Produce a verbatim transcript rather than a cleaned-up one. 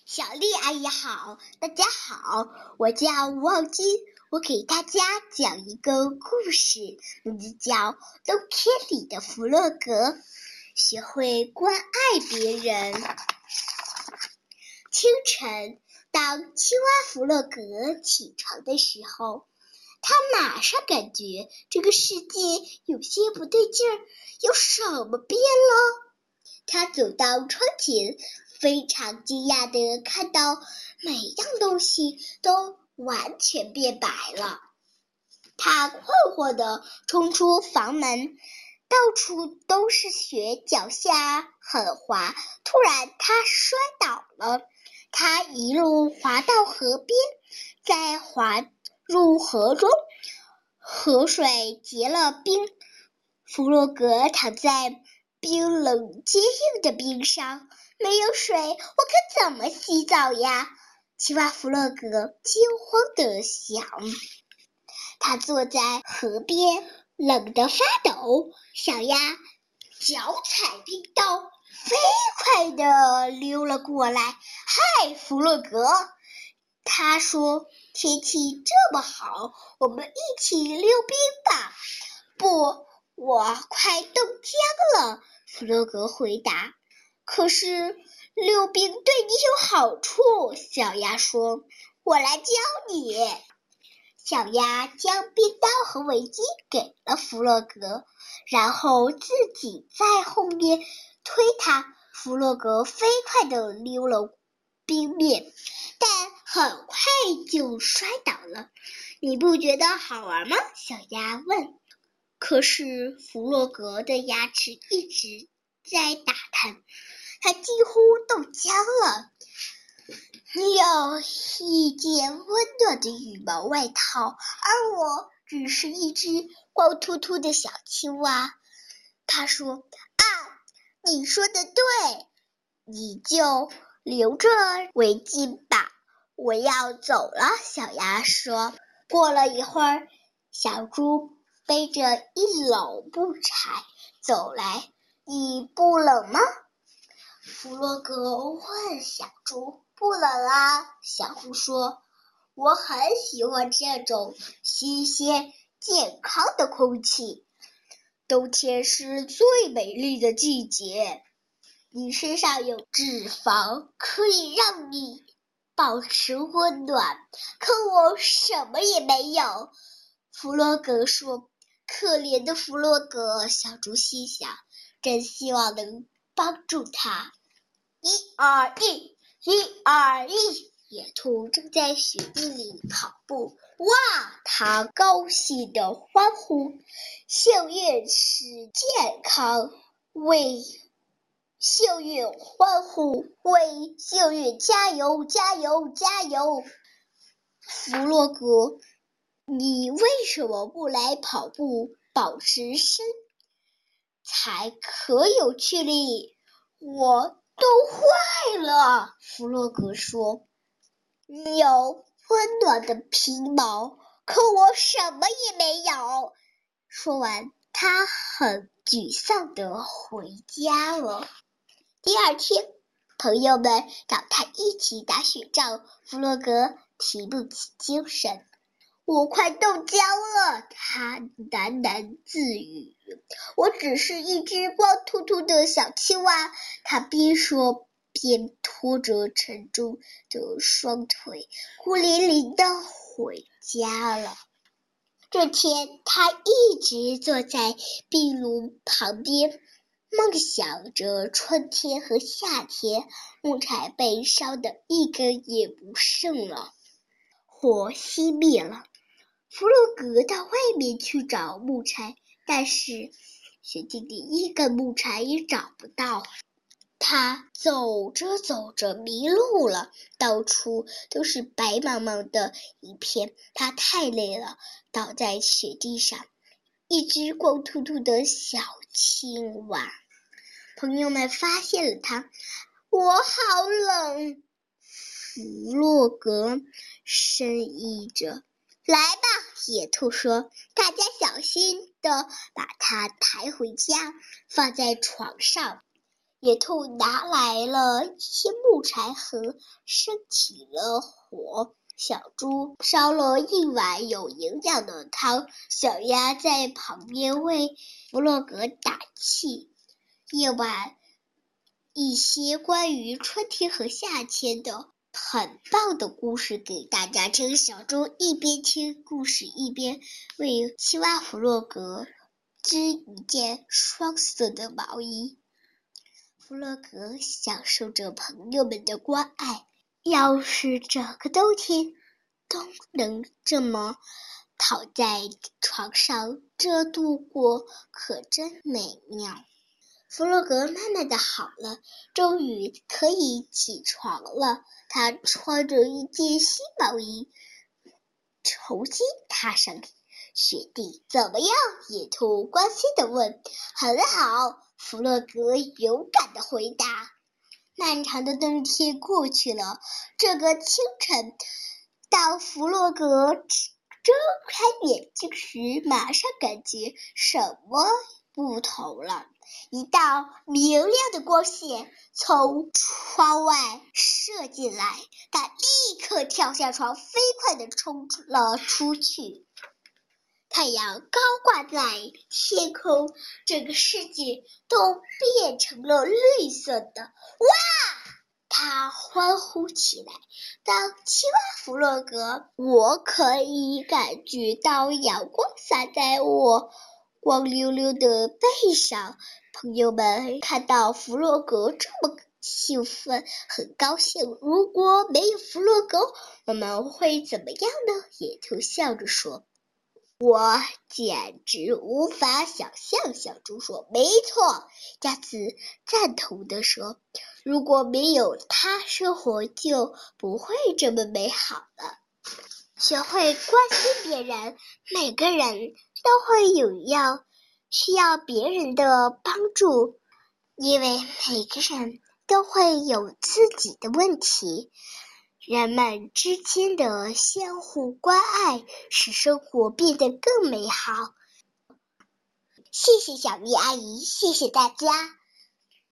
小丽阿姨好，大家好，我叫吴傲君，我给大家讲一个故事，名字叫《冬天里的弗洛格》，学会关爱别人。清晨，当青蛙弗洛格起床的时候，他马上感觉这个世界有些不对劲儿，有什么变了？他走到窗前，非常惊讶地看到每样东西都完全变白了。他困惑地冲出房门，到处都是雪，脚下很滑。突然他摔倒了，他一路滑到河边，再滑入河中，河水结了冰。弗洛格躺在冰冷坚硬的冰上，没有水，我可怎么洗澡呀？青蛙弗洛格惊慌地想。他坐在河边，冷得发抖。小鸭脚踩冰刀，飞快地溜了过来。嗨，弗洛格，他说，天气这么好，我们一起溜冰吧。不，我快冻僵了，弗洛格回答。可是溜冰对你有好处，小鸭说，我来教你。小鸭将冰刀和围巾给了弗洛格，然后自己在后面推他。弗洛格飞快地溜了冰面，但很快就摔倒了。你不觉得好玩吗？小鸭问。可是弗洛格的牙齿一直在打颤，他几乎冻僵了。你有一件温暖的羽毛外套，而我只是一只光秃秃的小青蛙。他说，啊，你说的对，你就留着围巾吧，我要走了，小鸭说。过了一会儿，小猪背着一篓木柴走来，你不冷吗？弗洛格问小猪。不冷啊，小猪说，我很喜欢这种新鲜健康的空气。冬天是最美丽的季节，你身上有脂肪，可以让你保持温暖，可我什么也没有。弗洛格说，可怜的弗洛格，小猪心想，真希望能帮助他。一二一，一二一，野兔正在雪地里跑步。哇，他高兴地欢呼，幸运是健康，为幸运欢呼，为幸运加油加油加油。弗洛格，你为什么不来跑步，保持身材可有趣力？我都坏了，弗洛格说，你有温暖的皮毛，可我什么也没有。说完，他很沮丧地回家了。第二天，朋友们找他一起打雪仗，弗洛格提不起精神。我快冻僵了，他喃喃自语。我只是一只光秃秃的小青蛙，他边说边拖着沉重的双腿，孤零零地回家了。这天，他一直坐在壁炉旁边，梦想着春天和夏天。木柴被烧得一根也不剩了，火熄灭了。弗洛格到外面去找木柴，但是雪地里一根木柴也找不到。他走着走着迷路了，到处都是白茫茫的一片。他太累了，倒在雪地上，一只光秃秃的小青蛙。朋友们发现了他，我好冷，弗洛格呻吟着。来吧，野兔说，大家小心地把它抬回家，放在床上。 野兔拿来了一些木柴和生起了火。小猪烧了一碗有营养的汤，小鸭在旁边为弗洛格打气。夜晚，一些关于春天和夏天的很棒的故事给大家听。小猪一边听故事一边为青蛙弗洛格织一件双色的毛衣。弗洛格享受着朋友们的关爱，要是整个冬天都能这么躺在床上这度过，可真美妙。弗洛格慢慢的好了，终于可以起床了。他穿着一件新毛衣，重新踏上雪地。怎么样？野兔关心地问。很好，弗洛格勇敢地回答。漫长的冬天过去了，这个清晨，当弗洛格睁开眼睛时，马上感觉什么不同了。一道明亮的光线从窗外射进来，他立刻跳下床，飞快地冲了出去。太阳高挂在天空，整个世界都变成了绿色的。哇！他欢呼起来。当青蛙弗洛格，我可以感觉到阳光洒在我光溜溜的背上。朋友们看到弗洛格这么兴奋，很高兴。如果没有弗洛格，我们会怎么样呢？野兔笑着说。我简直无法想象，小猪说。没错，鸭子赞同地说。如果没有它，生活就不会这么美好了。学会关心别人，每个人都会有要需要别人的帮助，因为每个人都会有自己的问题。人们之间的相互关爱使生活变得更美好。谢谢小鱼阿姨，谢谢大家。